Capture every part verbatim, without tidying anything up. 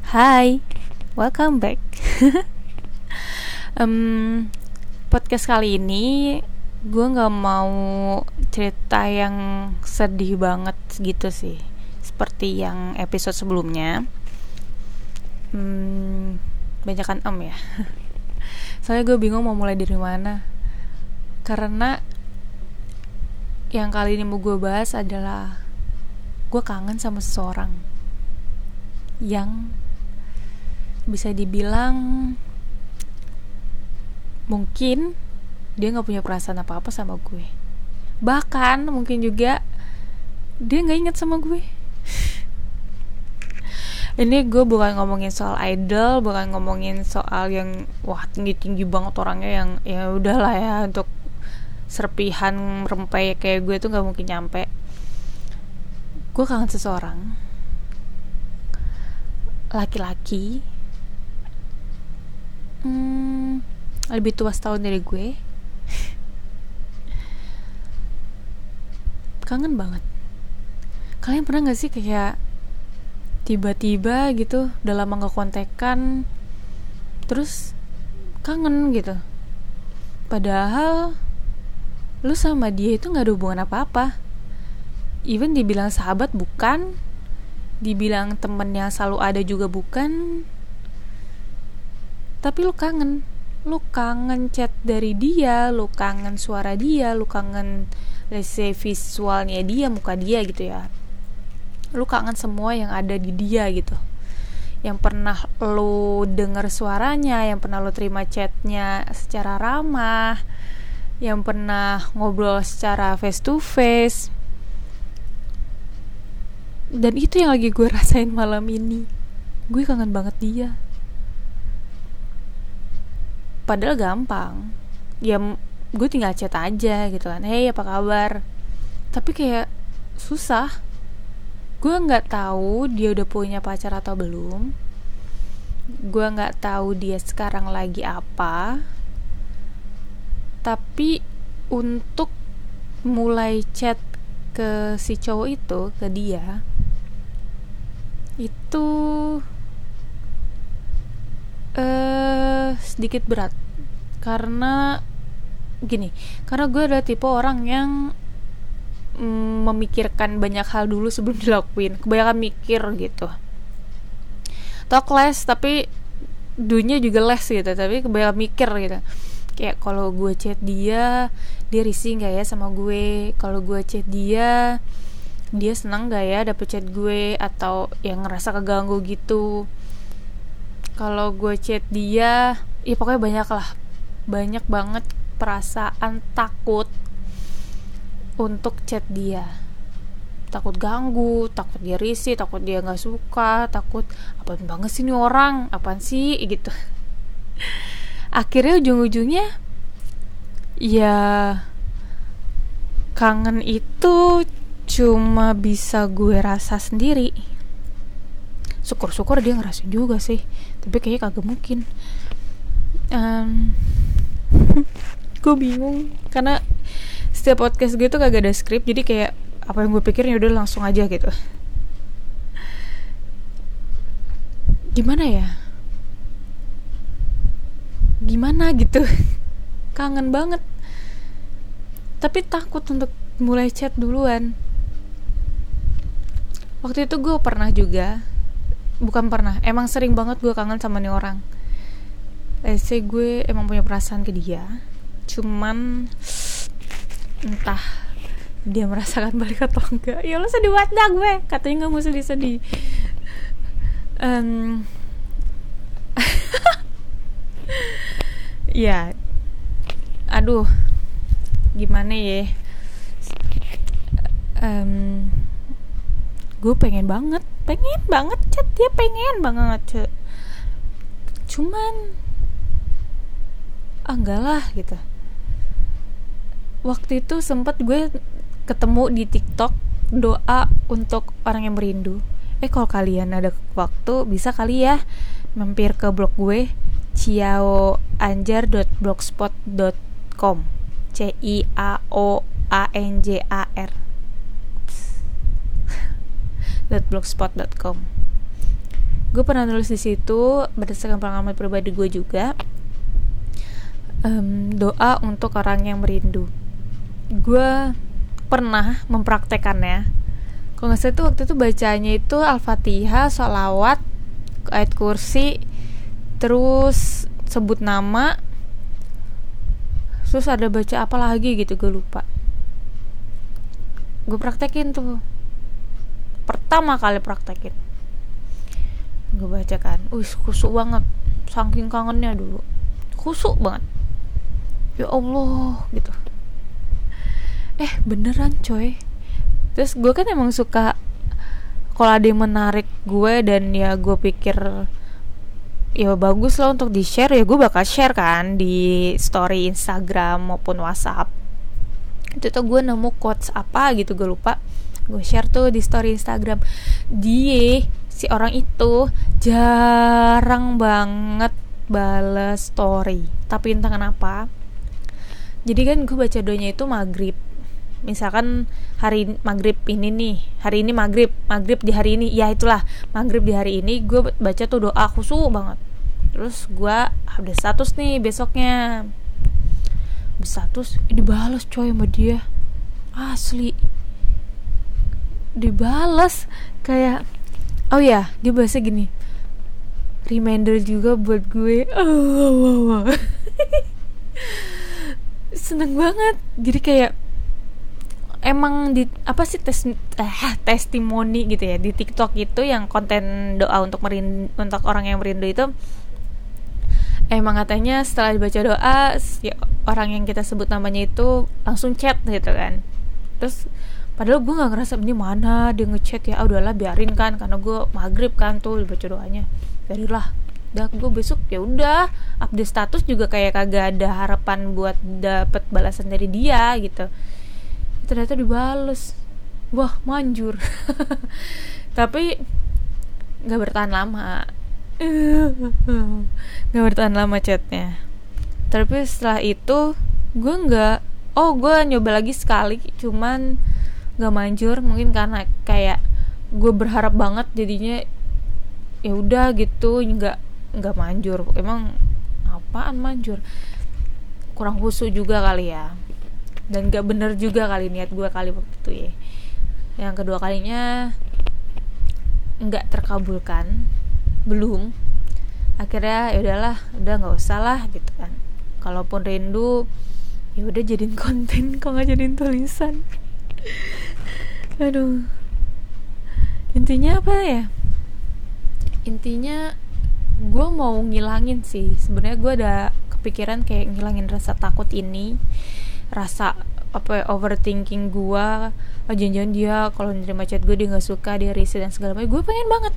Hai, welcome back. um, Podcast kali ini gue gak mau cerita yang sedih banget gitu sih, seperti yang episode sebelumnya. um, Banyakan em ya. Soalnya gue bingung mau mulai dari mana. Karena yang kali ini mau gue bahas adalah gue kangen sama seseorang yang bisa dibilang mungkin dia gak punya perasaan apa-apa sama gue. Bahkan mungkin juga dia gak ingat sama gue. Ini gue bukan ngomongin soal idol, bukan ngomongin soal yang wah tinggi-tinggi banget orangnya, yang ya udahlah ya, untuk serpihan rempai kayak gue tuh gak mungkin nyampe. Gue kangen seseorang laki-laki, hmm, lebih tua setahun dari gue. Kangen banget. Kalian pernah gak sih kayak tiba-tiba gitu udah lama gak kontekan, terus kangen gitu, padahal lu sama dia itu gak ada hubungan apa-apa. Even dibilang sahabat bukan, dibilang temen yang selalu ada juga bukan, tapi lu kangen. Lu kangen chat dari dia, lu kangen suara dia, lu kangen let's say visualnya dia, muka dia gitu ya. Lu kangen semua yang ada di dia gitu, yang pernah lu denger suaranya, yang pernah lu terima chatnya secara ramah, yang pernah ngobrol secara face to face. Dan itu yang lagi gue rasain malam ini. Gue kangen banget dia. Padahal gampang, ya gue tinggal chat aja gitu kan, hey apa kabar. Tapi kayak susah. Gue nggak tahu dia udah punya pacar atau belum. Gue nggak tahu dia sekarang lagi apa. Tapi untuk mulai chat ke si cowok itu, ke dia, itu uh, sedikit berat. Karena gini, karena gue adalah tipe orang yang mm, memikirkan banyak hal dulu sebelum dilakuin. Kebanyakan mikir gitu. Talk less tapi dunia juga less gitu, tapi kebanyakan mikir gitu. Kayak kalau gue chat dia, dia risih gak ya sama gue? Kalau gue chat dia, dia senang gak ya dapet chat gue? Atau yang ngerasa keganggu gitu. Kalau gue chat dia, ya pokoknya banyak lah, banyak banget perasaan takut untuk chat dia. Takut ganggu, takut dia risih, takut dia gak suka, takut apaan banget sih ini orang, apaan sih gitu. Akhirnya ujung-ujungnya ya kangen itu cuma bisa gue rasa sendiri. Syukur-syukur dia ngerasain juga sih, tapi kayaknya kagak mungkin. um, Gue bingung karena setiap podcast gue tuh kagak ada skrip, jadi kayak apa yang gue pikirin udah langsung aja gitu. Gimana ya? Gimana gitu. Kangen banget. Tapi takut untuk mulai chat duluan. Waktu itu gue pernah juga, bukan pernah, emang sering banget gue kangen sama nih orang. Let's say gue emang punya perasaan ke dia, cuman entah dia merasakan balik atau enggak. Ya lo sedih banget dah gue. Katanya gak mau sedih-sedih. um, Ya, aduh, gimana ya? Um, gue pengen banget, pengen banget chat dia, pengen banget chat. Cuman, ah enggak lah gitu. Waktu itu sempet gue ketemu di TikTok doa untuk orang yang merindu. Eh kalau kalian ada waktu bisa kali ya mampir ke blog gue ciaoanjar dot blogspot dot com, C I A O A N J A R dot blogspot dot com. gue pernah nulis di situ berdasarkan pengalaman pribadi gue juga, um, doa untuk orang yang merindu. Gue pernah mempraktekannya. Kalau nggak salah itu waktu itu bacanya itu Al-Fatihah, sholawat, ayat kursi, terus sebut nama, terus ada baca apa lagi gitu, gue lupa. Gue praktekin tuh, pertama kali praktekin gue baca kan, wih khusuk banget, saking kangennya dulu, khusuk banget, ya Allah gitu. Eh beneran coy. Terus gue kan emang suka kalau ada yang menarik gue dan ya gue pikir ya bagus lah untuk di share, ya gue bakal share kan di story Instagram maupun WhatsApp. Itu tuh gue nemu quotes apa gitu, gue lupa, gue share tuh di story Instagram. Dia si orang itu jarang banget balas story, tapi entah kenapa. Jadi kan gue baca doanya itu maghrib, misalkan hari maghrib ini nih, hari ini maghrib maghrib di hari ini, ya itulah maghrib di hari ini gue baca tuh doa khusyuk banget. Terus gue update status nih besoknya, status dibalas coy sama dia, asli dibalas. Kayak oh ya, dia bahasa gini, reminder juga buat gue. Oh, wow, wow. Seneng banget. Jadi kayak emang di apa sih tes eh, testimoni gitu ya di TikTok itu, yang konten doa untuk merindu, untuk orang yang merindu itu, emang katanya setelah dibaca doa ya, orang yang kita sebut namanya itu langsung chat gitu kan. Terus padahal gue nggak ngerasa ini mana dia ngechat ya, ah, udahlah biarin kan, karena gue maghrib kan tuh dibaca doanya, biarilah. Udah gue besok ya udah update status juga kayak kagak ada harapan buat dapet balasan dari dia gitu. Ternyata dibales, wah manjur. Tapi nggak bertahan lama, nggak bertahan lama chatnya. Tapi setelah itu gue nggak, oh gue nyoba lagi sekali, cuman nggak manjur. Mungkin karena kayak gue berharap banget jadinya ya udah gitu, nggak nggak manjur. Emang apaan manjur, kurang khusyuk juga kali ya, dan nggak bener juga kali niat gue kali waktu itu ya. Yang kedua kalinya nggak terkabulkan, belum. Akhirnya ya udahlah, udah nggak usah lah gitu kan. Kalaupun rindu ya udah jadiin konten, kok nggak jadiin tulisan. Aduh, intinya apa ya, intinya gue mau ngilangin sih sebenarnya. Gue ada kepikiran kayak ngilangin rasa takut ini, rasa apa ya, overthinking gue. Oh, jangan-jangan dia kalau nerima chat gue dia nggak suka, dia risih dan segala macam. Gue pengen banget,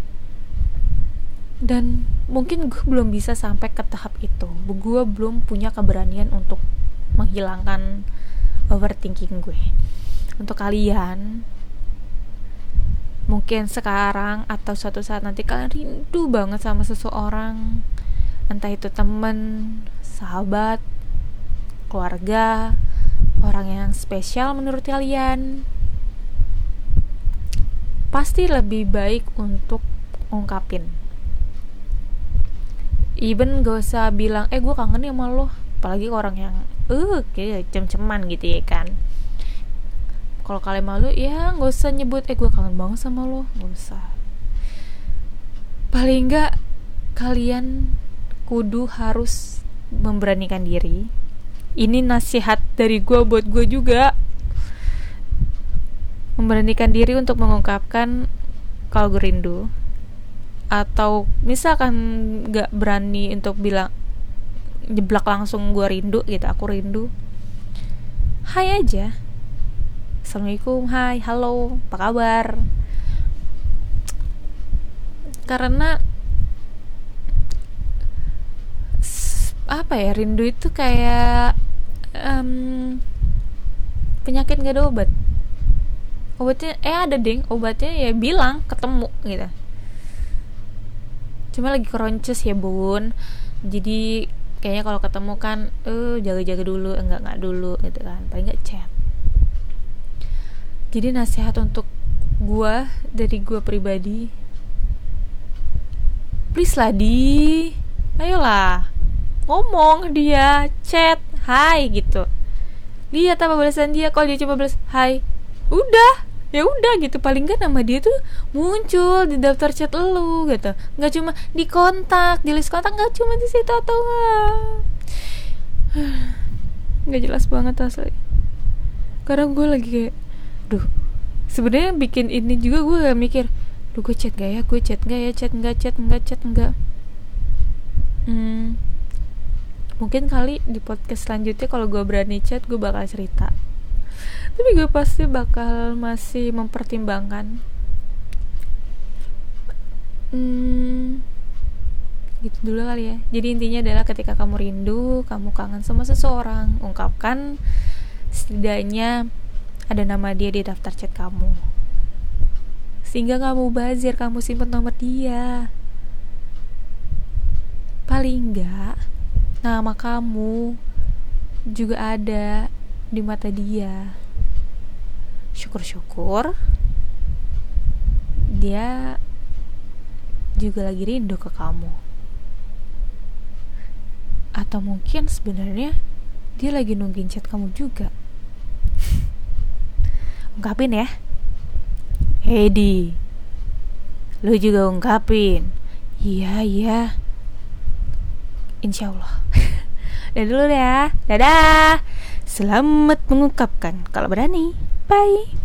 dan mungkin gue belum bisa sampai ke tahap itu. Gue belum punya keberanian untuk menghilangkan overthinking gue. Untuk kalian, mungkin sekarang atau suatu saat nanti kalian rindu banget sama seseorang, entah itu teman, sahabat, keluarga, orang yang spesial menurut kalian, pasti lebih baik untuk ungkapin. Even gak usah bilang eh gue kangen ya sama lo, apalagi ke orang yang uh kayak cem-ceman gitu ya kan. Kalau kalian malu ya nggak usah nyebut eh gue kangen banget sama lo, nggak usah. Paling nggak kalian kudu harus memberanikan diri. Ini nasihat dari gue buat gue juga, memberanikan diri untuk mengungkapkan kalau gue rindu. Atau misalkan nggak berani untuk bilang jeblak langsung gue rindu gitu, aku rindu, hai aja, assalamualaikum, hai, halo, apa kabar? Karena apa ya, rindu itu kayak um, penyakit gak ada obat. Obatnya eh ada deng, obatnya ya bilang ketemu gitu. Cuma lagi keronces ya bun, jadi kayaknya kalau ketemu kan eh uh, jaga-jaga dulu, enggak enggak dulu gitu kan, paling nggak chat. Jadi nasihat untuk gue dari gue pribadi, Please lah di, ayolah ngomong dia, chat, hai gitu. Lihat apa balasan dia. Kalau dia cuma balas hai, udah, ya udah gitu. Paling gak nama dia tuh muncul di daftar chat lu gitu. Nggak cuma di kontak, di list kontak, nggak cuma di situ atau nggak jelas banget asli. Karena gue lagi kayak, duh, sebenarnya bikin ini juga gue gak mikir, duh gue chat gak ya, gue chat gak ya, chat nggak, chat nggak, chat nggak. Hmm, mungkin kali di podcast selanjutnya kalau gue berani chat, gue bakal cerita. Tapi gue pasti bakal masih mempertimbangkan. Hmm, gitu dulu kali ya. Jadi intinya adalah ketika kamu rindu, kamu kangen sama seseorang, ungkapkan, setidaknya ada nama dia di daftar chat kamu, sehingga gak mau bazir, kamu simpen nomor dia. Paling enggak nama kamu juga ada di mata dia. Syukur-syukur dia juga lagi rindu ke kamu. Atau mungkin sebenarnya dia lagi nungguin chat kamu juga. Ungkapin ya. Hedi, lu juga ungkapin. Iya, iya, insyaallah. Dadah dulu ya. Dadah. Selamat mengungkapkan kalau berani. Bye.